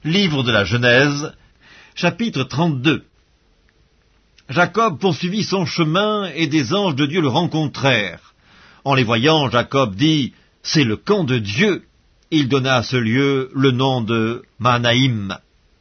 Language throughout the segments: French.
Livre de la Genèse, chapitre 32. Jacob poursuivit son chemin, et des anges de Dieu le rencontrèrent. En les voyant, Jacob dit, « C'est le camp de Dieu !» Il donna à ce lieu le nom de Mahanaïm.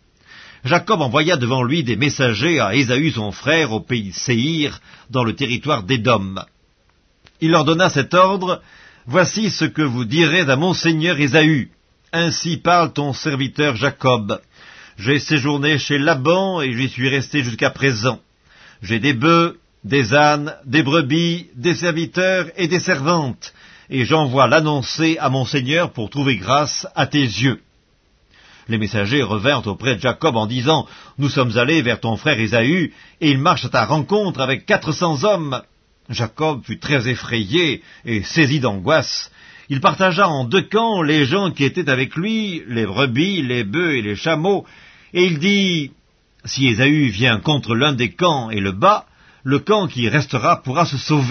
Jacob envoya devant lui des messagers à Ésaü son frère, au pays Séhir, dans le territoire d'Édom. Il leur donna cet ordre, « Voici ce que vous direz à mon seigneur Ésaü. Ainsi parle ton serviteur Jacob. J'ai séjourné chez Laban, et j'y suis resté jusqu'à présent. J'ai des bœufs, des ânes, des brebis, des serviteurs et des servantes, et j'envoie l'annoncer à mon seigneur pour trouver grâce à tes yeux. » Les messagers revinrent auprès de Jacob en disant, « Nous sommes allés vers ton frère Ésaü, et il marche à ta rencontre avec 400 hommes. » Jacob fut très effrayé et saisi d'angoisse. Il partagea en deux camps les gens qui étaient avec lui, les brebis, les bœufs et les chameaux, et il dit, « Si Ésaü vient contre l'un des camps et le bat, le camp qui restera pourra se sauver. »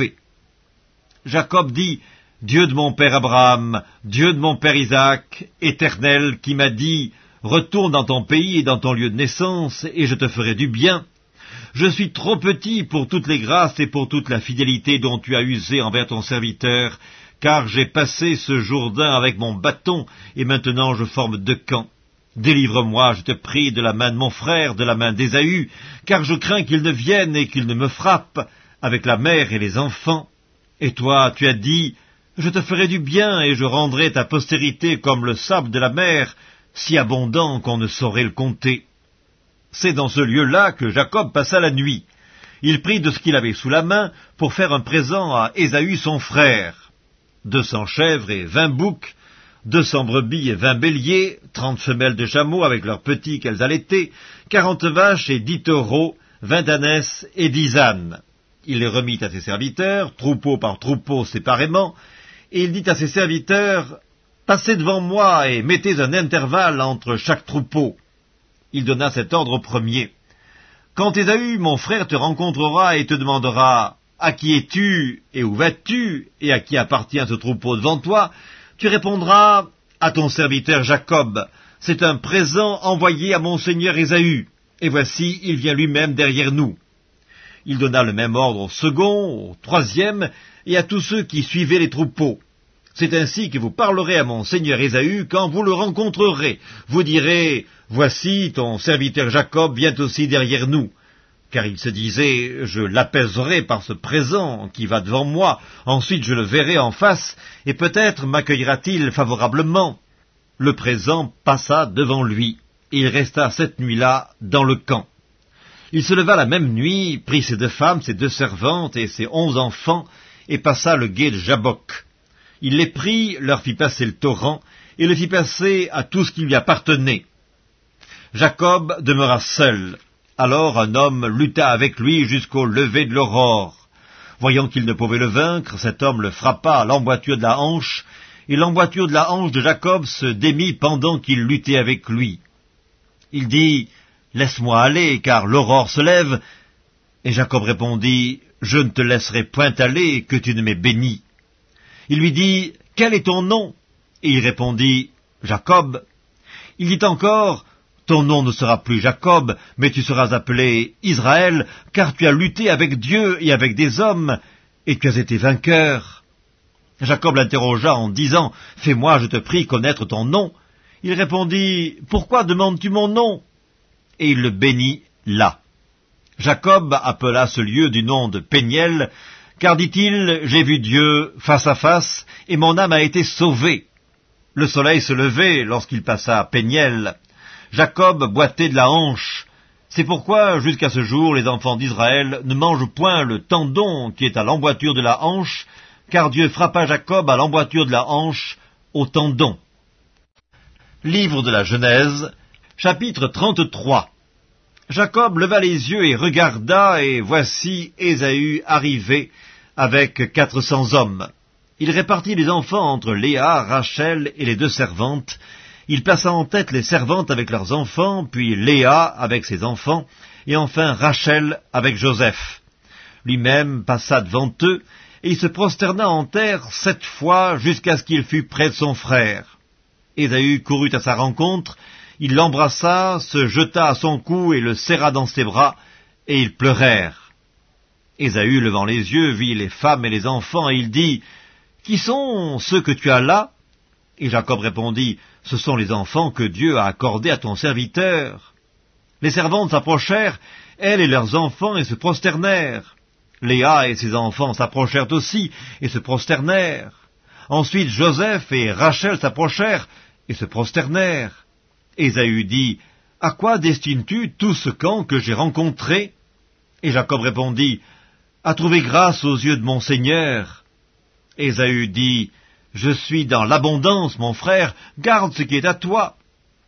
Jacob dit, « Dieu de mon père Abraham, Dieu de mon père Isaac, Éternel, qui m'a dit, « Retourne dans ton pays et dans ton lieu de naissance, et je te ferai du bien. » Je suis trop petit pour toutes les grâces et pour toute la fidélité dont tu as usé envers ton serviteur, car j'ai passé ce Jourdain avec mon bâton, et maintenant je forme deux camps. Délivre-moi, je te prie, de la main de mon frère, de la main d'Ésaü, car je crains qu'il ne vienne et qu'il ne me frappe, avec la mère et les enfants. Et toi, tu as dit, je te ferai du bien, et je rendrai ta postérité comme le sable de la mer, si abondant qu'on ne saurait le compter. C'est dans ce lieu-là que Jacob passa la nuit. Il prit de ce qu'il avait sous la main pour faire un présent à Ésaü son frère. 200 chèvres et 20 boucs, 200 brebis et 20 béliers, 30 femelles de chameaux avec leurs petits qu'elles allaitaient, 40 vaches et 10 taureaux, 20 ânesses et 10 ânes. Il les remit à ses serviteurs, troupeau par troupeau séparément, et il dit à ses serviteurs, « Passez devant moi et mettez un intervalle entre chaque troupeau. » Il donna cet ordre au premier. « Quand Ésaü, mon frère, te rencontrera et te demandera, « À qui es-tu et où vas-tu et à qui appartient ce troupeau devant toi ?» tu répondras, « À ton serviteur Jacob, c'est un présent envoyé à mon seigneur Ésaü, et voici, il vient lui-même derrière nous. » Il donna le même ordre au second, au troisième, et à tous ceux qui suivaient les troupeaux. « C'est ainsi que vous parlerez à mon seigneur Ésaü quand vous le rencontrerez. Vous direz, « Voici, ton serviteur Jacob vient aussi derrière nous. » Car il se disait, « Je l'apaiserai par ce présent qui va devant moi, ensuite je le verrai en face, et peut-être m'accueillera-t-il favorablement. » Le présent passa devant lui, et il resta cette nuit-là dans le camp. Il se leva la même nuit, prit ses 2 femmes, ses 2 servantes et ses 11 enfants, et passa le gué de Jabbok. Il les prit, leur fit passer le torrent, et le fit passer à tout ce qui lui appartenait. Jacob demeura seul. Alors un homme lutta avec lui jusqu'au lever de l'aurore. Voyant qu'il ne pouvait le vaincre, cet homme le frappa à l'emboîture de la hanche, et l'emboîture de la hanche de Jacob se démit pendant qu'il luttait avec lui. Il dit, « Laisse-moi aller, car l'aurore se lève. » Et Jacob répondit, « Je ne te laisserai point aller, que tu ne m'aies béni. » Il lui dit, « Quel est ton nom ?» Et il répondit, « Jacob. » Il dit encore, « Ton nom ne sera plus Jacob, mais tu seras appelé Israël, car tu as lutté avec Dieu et avec des hommes, et tu as été vainqueur. » Jacob l'interrogea en disant, « Fais-moi, je te prie, connaître ton nom. » Il répondit, « Pourquoi demandes-tu mon nom ?» Et il le bénit là. Jacob appela ce lieu du nom de Péniel, car, dit-il, j'ai vu Dieu face à face, et mon âme a été sauvée. Le soleil se levait lorsqu'il passa à Péniel. Jacob boitait de la hanche. C'est pourquoi, jusqu'à ce jour, les enfants d'Israël ne mangent point le tendon qui est à l'emboîture de la hanche, car Dieu frappa Jacob à l'emboîture de la hanche, au tendon. Livre de la Genèse, chapitre 33. Jacob leva les yeux et regarda, et voici Ésaü arrivé avec 400 hommes. Il répartit les enfants entre Léa, Rachel et les 2 servantes. Il plaça en tête les servantes avec leurs enfants, puis Léa avec ses enfants, et enfin Rachel avec Joseph. Lui-même passa devant eux, et il se prosterna en terre 7 fois jusqu'à ce qu'il fût près de son frère. Ésaü courut à sa rencontre, il l'embrassa, se jeta à son cou et le serra dans ses bras, et ils pleurèrent. Ésaü, levant les yeux, vit les femmes et les enfants, et il dit, « Qui sont ceux que tu as là ?» Et Jacob répondit, « Ce sont les enfants que Dieu a accordés à ton serviteur. » Les servantes s'approchèrent, elles et leurs enfants, et se prosternèrent. Léa et ses enfants s'approchèrent aussi, et se prosternèrent. Ensuite Joseph et Rachel s'approchèrent, et se prosternèrent. Ésaü dit, « À quoi destines-tu tout ce camp que j'ai rencontré ?» Et Jacob répondit, « À trouver grâce aux yeux de mon Seigneur. » Ésaü dit, « Je suis dans l'abondance, mon frère, garde ce qui est à toi. »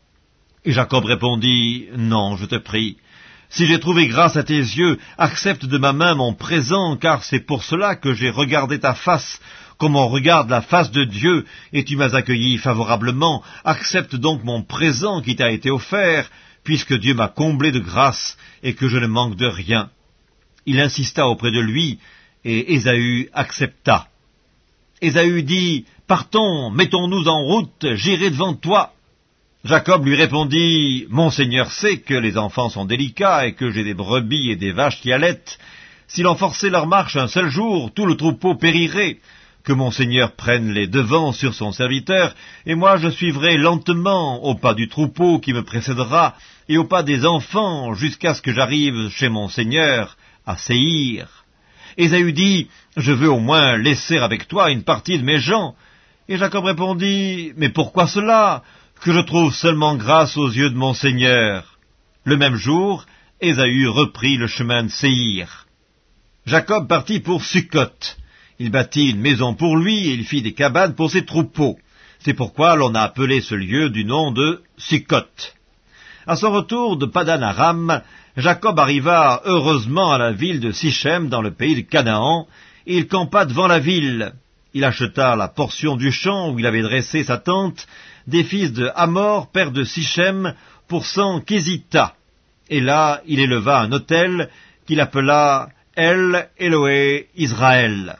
Et Jacob répondit, « Non, je te prie, si j'ai trouvé grâce à tes yeux, accepte de ma main mon présent, car c'est pour cela que j'ai regardé ta face, comme on regarde la face de Dieu, et tu m'as accueilli favorablement. Accepte donc mon présent qui t'a été offert, puisque Dieu m'a comblé de grâce, et que je ne manque de rien. » Il insista auprès de lui, et Ésaü accepta. Ésaü dit, « Partons, mettons-nous en route, j'irai devant toi. » Jacob lui répondit, « Mon Seigneur sait que les enfants sont délicats et que j'ai des brebis et des vaches qui allaitent. Si l'on forçait leur marche un seul jour, tout le troupeau périrait. Que mon Seigneur prenne les devants sur son serviteur, et moi je suivrai lentement au pas du troupeau qui me précédera, et au pas des enfants, jusqu'à ce que j'arrive chez mon Seigneur, à Séhir. » Ésaü dit, « Je veux au moins laisser avec toi une partie de mes gens. » Et Jacob répondit, « Mais pourquoi cela ? Que je trouve seulement grâce aux yeux de mon Seigneur. » Le même jour, Ésaü reprit le chemin de Séhir. Jacob partit pour Sukkot. Il bâtit une maison pour lui et il fit des cabanes pour ses troupeaux. C'est pourquoi l'on a appelé ce lieu du nom de Sukkot. À son retour de Padan Aram, Jacob arriva heureusement à la ville de Sichem dans le pays de Canaan, et il campa devant la ville. Il acheta la portion du champ où il avait dressé sa tente des fils de Hamor, père de Sichem, pour 100 késitas. Et là, il éleva un autel qu'il appela El Eloé Israël.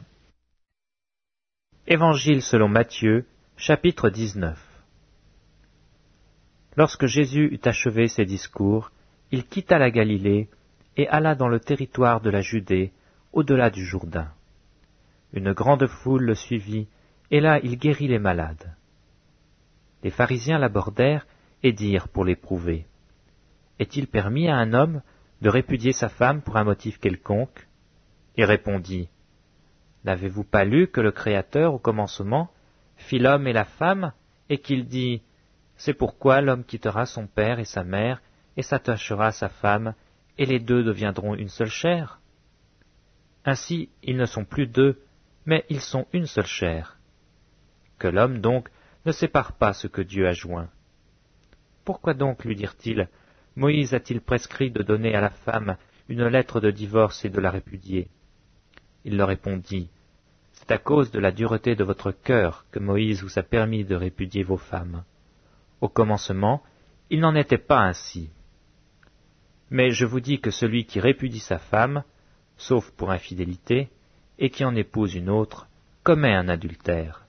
Évangile selon Matthieu, chapitre 19. Lorsque Jésus eut achevé ses discours, il quitta la Galilée et alla dans le territoire de la Judée, au-delà du Jourdain. Une grande foule le suivit, et là il guérit les malades. Les pharisiens l'abordèrent et dirent pour l'éprouver, « Est-il permis à un homme de répudier sa femme pour un motif quelconque ?» Il répondit, « N'avez-vous pas lu que le Créateur, au commencement, fit l'homme et la femme, et qu'il dit, « C'est pourquoi l'homme quittera son père et sa mère, et s'attachera à sa femme, et les deux deviendront une seule chair. Ainsi, ils ne sont plus deux, mais ils sont une seule chair. Que l'homme donc ne sépare pas ce que Dieu a joint. Pourquoi donc, lui dirent-ils, Moïse a-t-il prescrit de donner à la femme une lettre de divorce et de la répudier? Il leur répondit, c'est à cause de la dureté de votre cœur que Moïse vous a permis de répudier vos femmes. Au commencement, il n'en était pas ainsi. Mais je vous dis que celui qui répudie sa femme, sauf pour infidélité, et qui en épouse une autre, commet un adultère.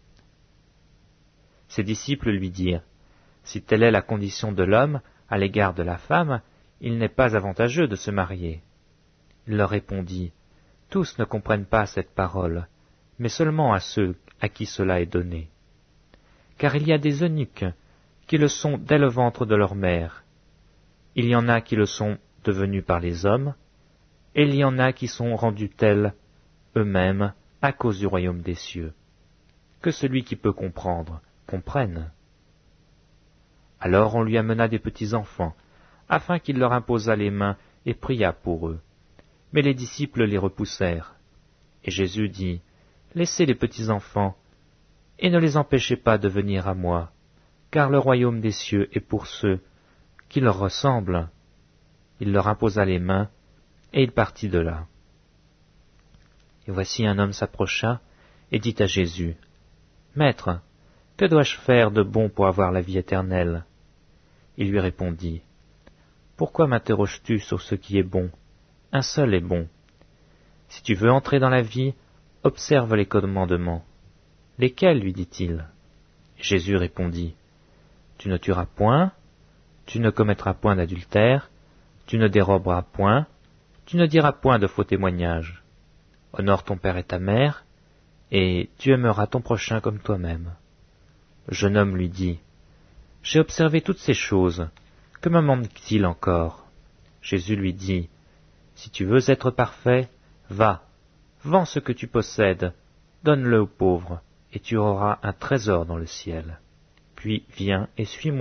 Ses disciples lui dirent, si telle est la condition de l'homme à l'égard de la femme, il n'est pas avantageux de se marier. Il leur répondit, tous ne comprennent pas cette parole, mais seulement à ceux à qui cela est donné. Car il y a des eunuques qui le sont dès le ventre de leur mère. Il y en a qui le sont devenus par les hommes, et il y en a qui sont rendus tels eux-mêmes à cause du royaume des cieux. Que celui qui peut comprendre, comprenne. Alors on lui amena des petits enfants, afin qu'il leur imposât les mains et priât pour eux. Mais les disciples les repoussèrent. Et Jésus dit, laissez les petits enfants, et ne les empêchez pas de venir à moi, car le royaume des cieux est pour ceux qui leur ressemblent. Il leur imposa les mains, et il partit de là. Et voici un homme s'approcha, et dit à Jésus, Maître, que dois-je faire de bon pour avoir la vie éternelle? Il lui répondit, pourquoi m'interroges-tu sur ce qui est bon? Un seul est bon. Si tu veux entrer dans la vie, observe les commandements. Lesquels, lui dit-il? Jésus répondit, tu ne tueras point, tu ne commettras point d'adultère, tu ne déroberas point, tu ne diras point de faux témoignages. Honore ton père et ta mère, et tu aimeras ton prochain comme toi-même. Le jeune homme lui dit, « J'ai observé toutes ces choses, que me manque-t-il encore ?» Jésus lui dit, « Si tu veux être parfait, va, vends ce que tu possèdes, donne-le aux pauvres, et tu auras un trésor dans le ciel. Puis viens et suis-moi. »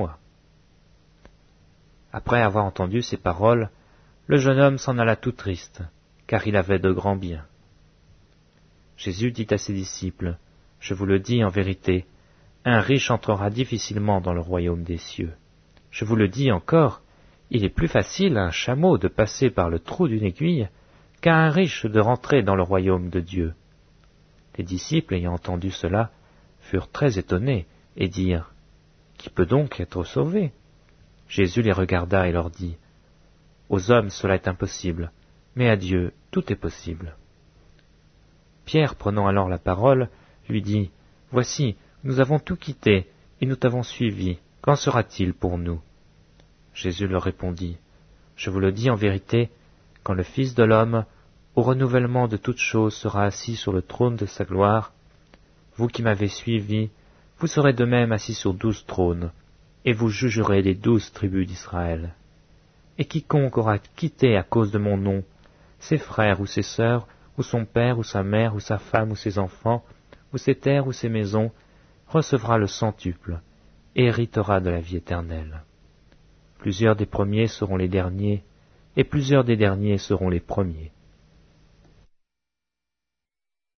Après avoir entendu ces paroles, le jeune homme s'en alla tout triste, car il avait de grands biens. Jésus dit à ses disciples, « Je vous le dis en vérité, un riche entrera difficilement dans le royaume des cieux. Je vous le dis encore, il est plus facile à un chameau de passer par le trou d'une aiguille qu'à un riche de rentrer dans le royaume de Dieu. » Les disciples, ayant entendu cela, furent très étonnés et dirent, « Qui peut donc être sauvé ?» Jésus les regarda et leur dit, « Aux hommes cela est impossible, mais à Dieu tout est possible. » Pierre, prenant alors la parole, lui dit, « Voici, nous avons tout quitté, et nous t'avons suivi. Qu'en sera-t-il pour nous ?» Jésus leur répondit, « Je vous le dis en vérité, quand le Fils de l'homme, au renouvellement de toutes choses, sera assis sur le trône de sa gloire, vous qui m'avez suivi, vous serez de même assis sur 12 trônes, et vous jugerez les 12 tribus d'Israël. Et quiconque aura quitté à cause de mon nom ses frères ou ses sœurs, ou son père ou sa mère, ou sa femme ou ses enfants, ou ses terres ou ses maisons, recevra le centuple, et héritera de la vie éternelle. Plusieurs des premiers seront les derniers, et plusieurs des derniers seront les premiers.